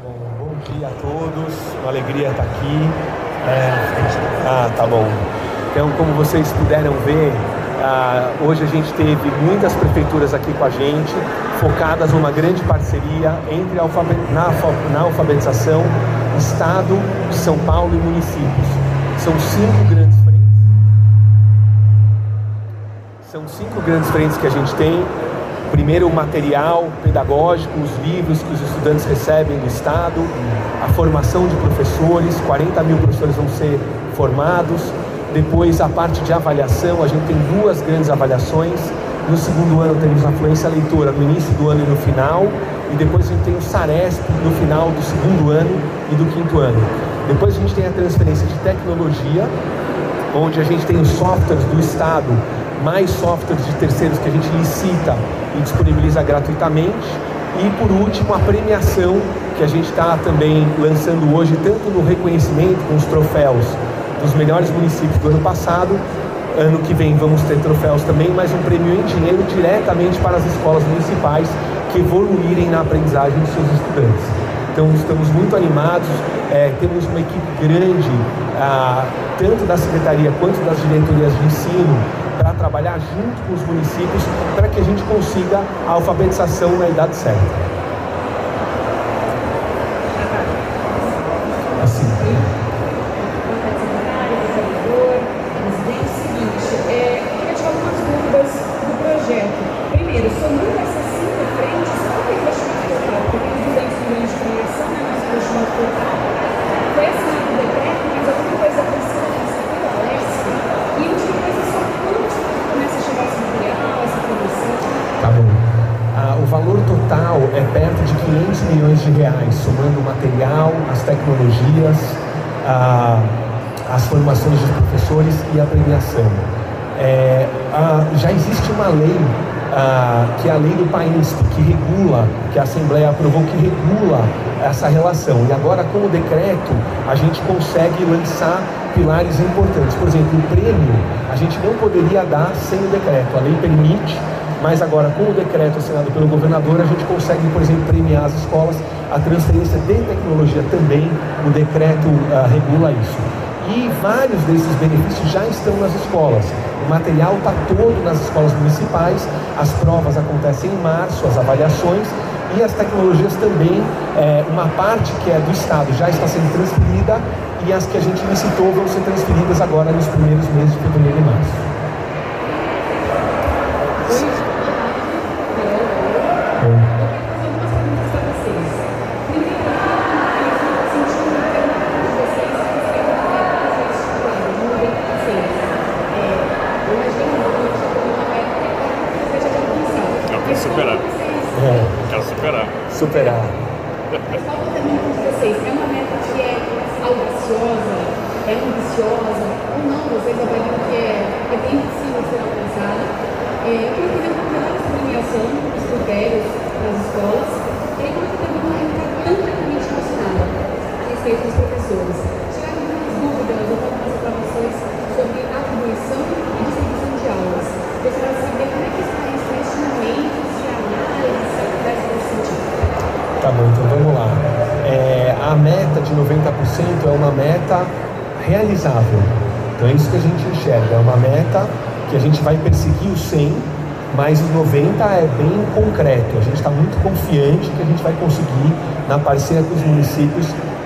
Bom dia a todos, uma alegria estar aqui. Tá bom. Então, como vocês puderam ver, hoje a gente teve muitas prefeituras aqui com a gente, focadas numa grande parceria entre na alfabetização, Estado de São Paulo e municípios. São cinco grandes frentes que a gente tem. Primeiro, o material pedagógico, os livros que os estudantes recebem do Estado, a formação de professores, 40 mil professores vão ser formados. Depois, a parte de avaliação, a gente tem duas grandes avaliações. No segundo ano, temos a fluência leitora no início do ano e no final. E depois a gente tem o SARESP no final do segundo ano e do quinto ano. Depois a gente tem a transferência de tecnologia, onde a gente tem os softwares do Estado, mais softwares de terceiros que a gente licita e disponibiliza gratuitamente. E por último, a premiação, que a gente está também lançando hoje, tanto no reconhecimento com os troféus dos melhores municípios do ano passado. Ano que vem vamos ter troféus também, mas um prêmio em dinheiro diretamente para as escolas municipais que evoluírem na aprendizagem dos seus estudantes. Então estamos muito animados, temos uma equipe grande, tanto da Secretaria quanto das diretorias de ensino, para trabalhar junto com os municípios para que a gente consiga a alfabetização na idade certa. Assim. Primeiro, somando essas 5 frentes, qual é o investimento total? Porque tem 200 milhões de premiação, né? Nosso investimento total. Foi assinado o decreto, mas alguma coisa precisa ser fortalece. E a última coisa é só quando começa a chegar esse material, essa produção. Tá bom. O valor total é perto de 500 milhões de reais, somando o material, as tecnologias, as formações dos professores e a premiação. Já existe uma lei, que é a lei do país, que regula, que a Assembleia aprovou, que regula essa relação. E agora, com o decreto, a gente consegue lançar pilares importantes. Por exemplo, o prêmio a gente não poderia dar sem o decreto. A lei permite, mas agora, com o decreto assinado pelo governador, a gente consegue, por exemplo, premiar as escolas. A transferência de tecnologia também, o decreto regula isso. E vários desses benefícios já estão nas escolas. O material está todo nas escolas municipais, as provas acontecem em março, as avaliações, e as tecnologias também, uma parte que é do Estado já está sendo transferida, e as que a gente licitou vão ser transferidas agora nos primeiros meses de fevereiro e março. Superar. Mas qual é o caminho de vocês? É uma meta que é audaciosa, é ambiciosa, ou não? Vocês avaliam que é bem possível ser alcançada? Eu queria entender um pouco melhor essa premiação, os critérios das escolas, e aí como que também não está amplamente relacionada a respeito dos professores. Tiveram algumas dúvidas ou algumas reclamações sobre atribuição e distribuição de aulas. Gostaria de saber como é que está isso, estimulamentos de análise, se tivesse nesse sentido. Tá bom, então vamos lá. A meta de 90% é uma meta realizável. Então é isso que a gente enxerga. É uma meta que a gente vai perseguir o 100, mas os 90 é bem concreto. A gente está muito confiante que a gente vai conseguir, na parceria com os municípios,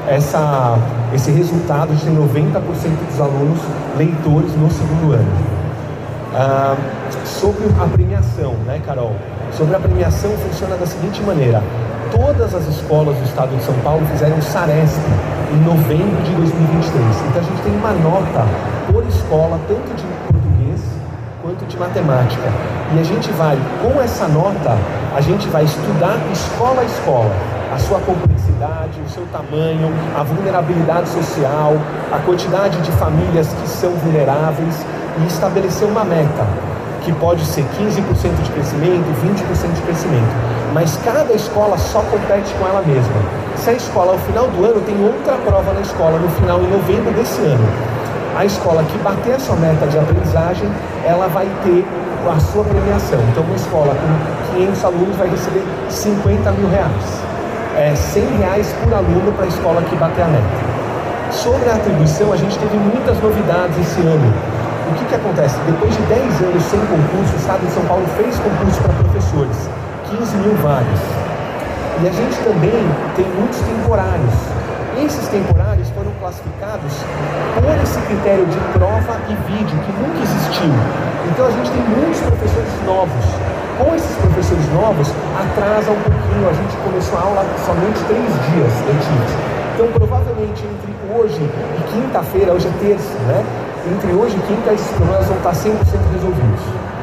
esse resultado de ter 90% dos alunos leitores no segundo ano. Sobre a premiação, né, Carol? Sobre a premiação funciona da seguinte maneira. Todas as escolas do Estado de São Paulo fizeram SARESP em novembro de 2023. Então a gente tem uma nota por escola, tanto de português quanto de matemática. E a gente vai, com essa nota, a gente vai estudar escola a escola, a sua complexidade, o seu tamanho, a vulnerabilidade social, a quantidade de famílias que são vulneráveis e estabelecer uma meta, que pode ser 15% de crescimento, 20% de crescimento, mas cada escola só compete com ela mesma. Se a escola, ao final do ano, tem outra prova na escola, no final, em novembro desse ano, a escola que bater a sua meta de aprendizagem, ela vai ter a sua premiação. Então, uma escola com 500 alunos vai receber 50 mil reais. R$100 por aluno para a escola que bater a meta. Sobre a atribuição, a gente teve muitas novidades esse ano. O que acontece? Depois de 10 anos sem concurso, o Estado de São Paulo fez concurso para professores, 15 mil vagas. E a gente também tem muitos temporários. Esses temporários foram classificados por esse critério de prova e vídeo, que nunca existiu. Então a gente tem muitos professores novos. Com esses professores novos, atrasa um pouquinho. A gente começou a aula somente 3 dias letivos. Então provavelmente entre hoje e quinta-feira, hoje é terça, né? Entre hoje e quinta, esses problemas vão estar 100% resolvidos.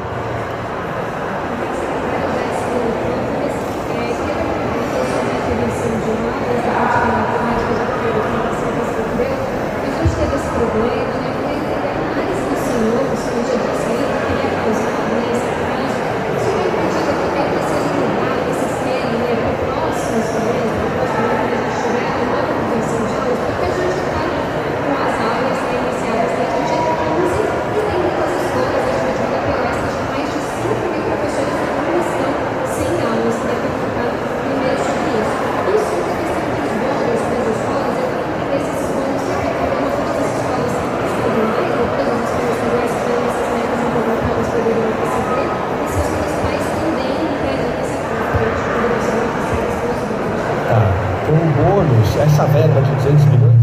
Essa verba de 200 milhões,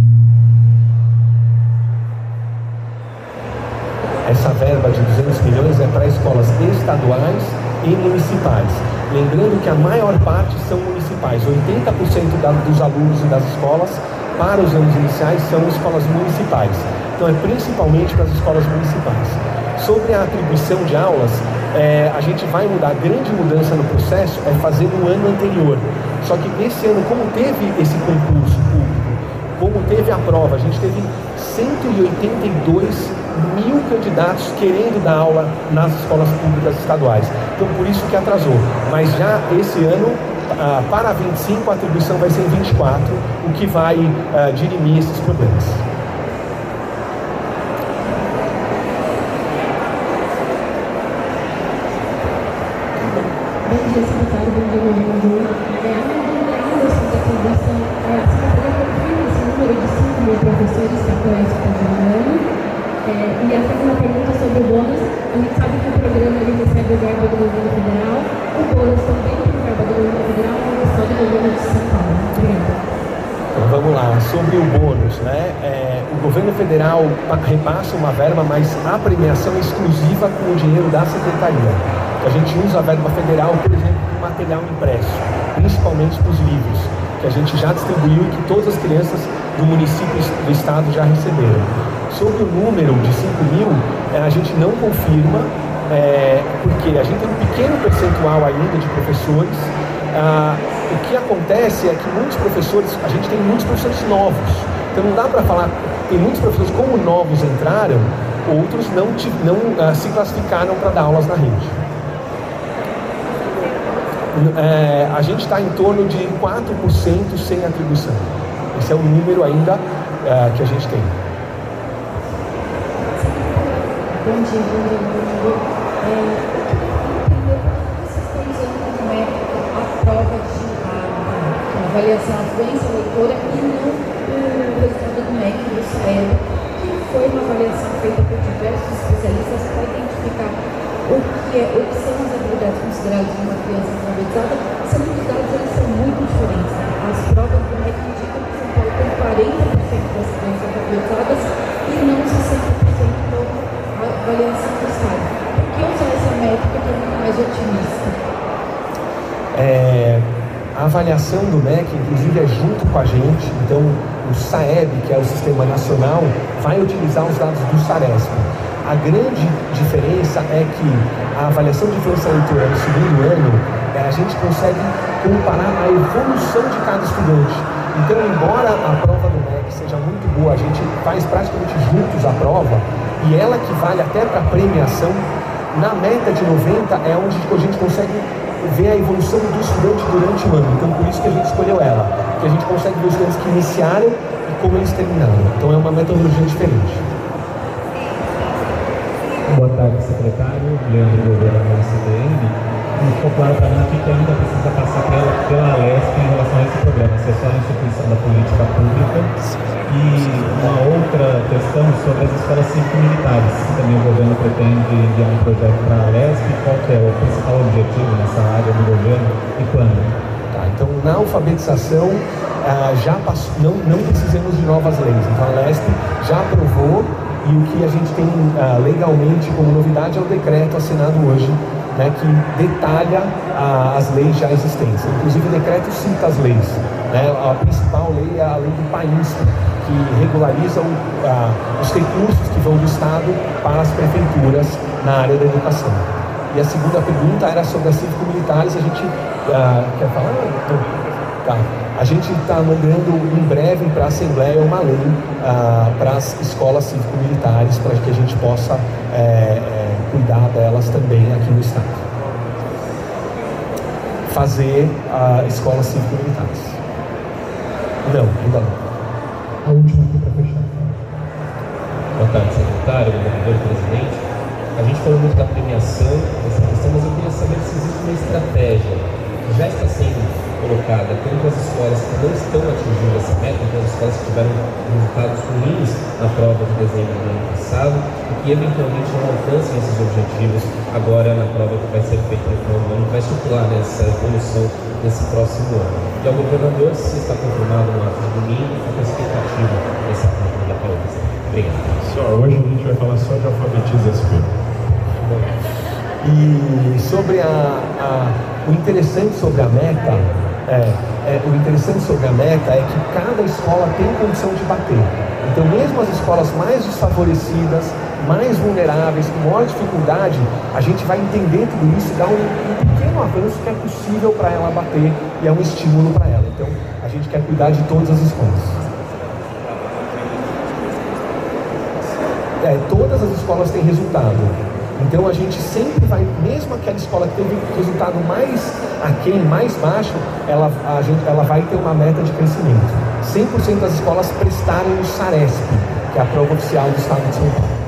é para escolas estaduais e municipais. Lembrando que a maior parte são municipais. 80% dos alunos e das escolas para os anos iniciais são escolas municipais. Então é principalmente para as escolas municipais. Sobre a atribuição de aulas, a gente vai mudar. A grande mudança no processo é fazer no ano anterior. Só que esse ano, como teve esse concurso público, como teve a prova, a gente teve 182 mil candidatos querendo dar aula nas escolas públicas estaduais. Então, por isso que atrasou. Mas já esse ano, para 25, a atribuição vai ser em 24, o que vai dirimir esses problemas. Bom dia, secretário. Bom dia, governador. Esse número de 5 mil professores que apoiam esse ano. E a segunda pergunta sobre o bônus. A gente sabe que o programa ele recebe verba do governo federal. O bônus também tem verba do governo federal, ou só do governo de São Paulo? Obrigada. Então vamos lá, sobre o bônus, né? O governo federal repassa uma verba, mas a premiação é exclusiva com o dinheiro da secretaria. A gente usa a verba federal, por exemplo, para material impresso, principalmente para os livros, que a gente já distribuiu e que todas as crianças do município e do estado já receberam. Sobre o número de 5 mil, a gente não confirma, porque a gente tem um pequeno percentual ainda de professores. O que acontece é que muitos professores, a gente tem muitos professores novos, então não dá para falar, tem muitos professores como novos entraram, outros não se classificaram para dar aulas na rede. A gente está em torno de 4% sem atribuição. Esse é o número ainda que a gente tem. Bom dia, governador. Vocês estão usando como a prova de avaliação à fluência leitora e não o resultado do MEC do SAEB, que foi uma avaliação feita por diversos especialistas para identificar o que são as habilidades consideradas uma criança alfabetizada. Sendo que os dados eles são muito diferentes. As provas do MEC indicam que São Paulo tem 40% das crianças alfabetizadas e não 60% para a avaliação do Estado. Por que usar essa métrica que é muito mais otimista? A avaliação do MEC, inclusive, é junto com a gente. Então, o SAEB, que é o Sistema Nacional, vai utilizar os dados do SARESP. A grande diferença é que a avaliação de influência leitora no segundo ano, a gente consegue comparar a evolução de cada estudante. Então, embora a prova do MEC seja muito boa, a gente faz praticamente juntos a prova, e ela que vale até para premiação, na meta de 90 é onde a gente consegue ver a evolução do estudante durante o ano. Então, por isso que a gente escolheu ela, porque a gente consegue ver os estudantes que iniciaram e como eles terminaram. Então, é uma metodologia diferente. Boa tarde, secretário. Leandro Gouveia, da CBN. não ficou claro para mim o que ainda precisa passar pela Alesp em relação a esse problema, se é só a instituição da política pública. E uma outra questão sobre as escolas cívico-militares, que também o governo pretende enviar um projeto para a Alesp. Qual que é o principal objetivo nessa área do governo e quando? Tá, então, na alfabetização, já passou, não precisamos de novas leis. Então, a Alesp já aprovou, e o que a gente tem legalmente como novidade é o decreto assinado hoje, né, que detalha as leis já existentes. Inclusive, o decreto cita as leis. Né? A principal lei é a lei do país, que regulariza os recursos que vão do Estado para as prefeituras na área da educação. E a segunda pergunta era sobre as cívico-militares. A gente quer falar? Tá. A gente está mandando em breve para a Assembleia uma lei para as escolas cívico-militares, para que a gente possa cuidar delas também aqui no Estado. Fazer escolas cívico-militares. Não, ainda não. A última aqui para fechar. Boa tarde, secretário, governador, presidente. A gente falou muito da premiação dessa questão, mas eu queria saber se existe uma estratégia que já está sendo colocada tanto as escolas que não estão atingindo essa meta, então as escolas que tiveram resultados ruins na prova de dezembro do ano passado e que eventualmente não alcancem esses objetivos agora na prova que vai ser feita no final do ano, vai estipular essa evolução nesse próximo ano. E ao governador, se está confirmado no ato de domingo, qual é a expectativa dessa prova da Paulista? Obrigado. Hoje a gente vai falar só de alfabetização. E sobre o interessante sobre a meta é que cada escola tem condição de bater. Então, mesmo as escolas mais desfavorecidas, mais vulneráveis, com maior dificuldade, a gente vai entender tudo isso e dar um pequeno avanço que é possível para ela bater e é um estímulo para ela. Então, a gente quer cuidar de todas as escolas. Todas as escolas têm resultado. Então a gente sempre vai, mesmo aquela escola que teve resultado mais aquém, mais baixo, ela vai ter uma meta de crescimento. 100% das escolas prestarem o SARESP, que é a prova oficial do Estado de São Paulo.